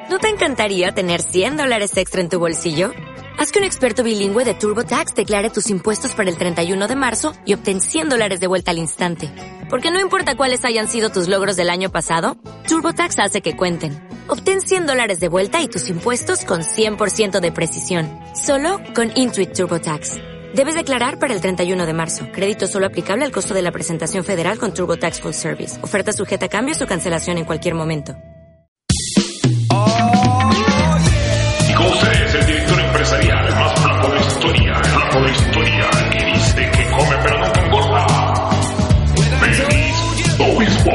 ¿No te encantaría tener $100 extra en tu bolsillo? Haz que un experto bilingüe de TurboTax declare tus impuestos para el 31 de marzo y obtén $100 de vuelta al instante. Porque no importa cuáles hayan sido tus logros del año pasado, TurboTax hace que cuenten. Obtén $100 de vuelta y tus impuestos con 100% de precisión. Solo con Intuit TurboTax. Debes declarar para el 31 de marzo. Crédito solo aplicable al costo de la presentación federal con TurboTax Full Service. Oferta sujeta a cambios o cancelación en cualquier momento. Y con ustedes, el director empresarial más flaco de la historia, que dice que come pero nunca engorda. Feliz Obispo.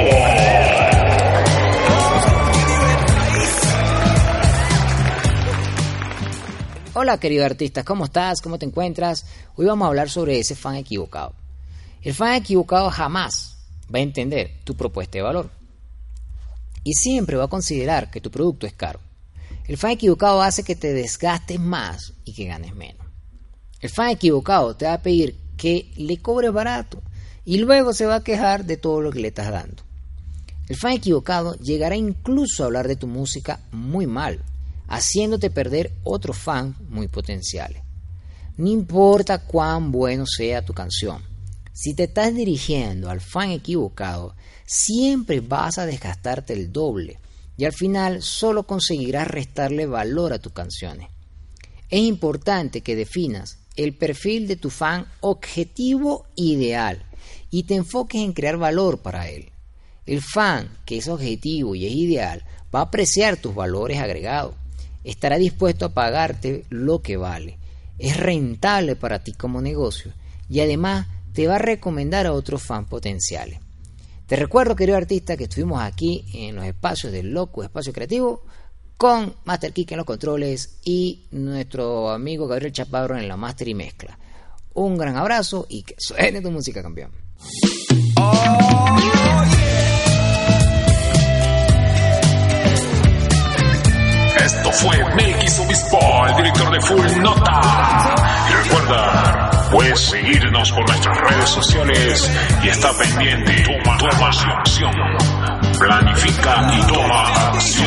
Hola querido artista, ¿cómo estás? ¿Cómo te encuentras? Hoy vamos a hablar sobre ese fan equivocado. El fan equivocado jamás va a entender tu propuesta de valor y siempre va a considerar que tu producto es caro. El fan equivocado hace que te desgastes más y que ganes menos. El fan equivocado te va a pedir que le cobres barato y luego se va a quejar de todo lo que le estás dando. El fan equivocado llegará incluso a hablar de tu música muy mal, haciéndote perder otros fans muy potenciales. No importa cuán bueno sea tu canción, si te estás dirigiendo al fan equivocado, siempre vas a desgastarte el doble y al final solo conseguirás restarle valor a tus canciones. Es importante que definas el perfil de tu fan objetivo ideal y te enfoques en crear valor para él. El fan que es objetivo y es ideal va a apreciar tus valores agregados. Estará dispuesto a pagarte lo que vale. Es rentable para ti como negocio y además te va a recomendar a otros fans potenciales. Te recuerdo, querido artista, que estuvimos aquí en los espacios del Loco Espacio Creativo con Master Kike en los controles y nuestro amigo Gabriel Chaparro en la master y mezcla. Un gran abrazo y que suene tu música, campeón. Esto fue Melquis Obispo, el director de Full Nota. Y recuerda, puedes seguirnos por nuestras redes sociales y está pendiente. Toma acción. Planifica y toma acción.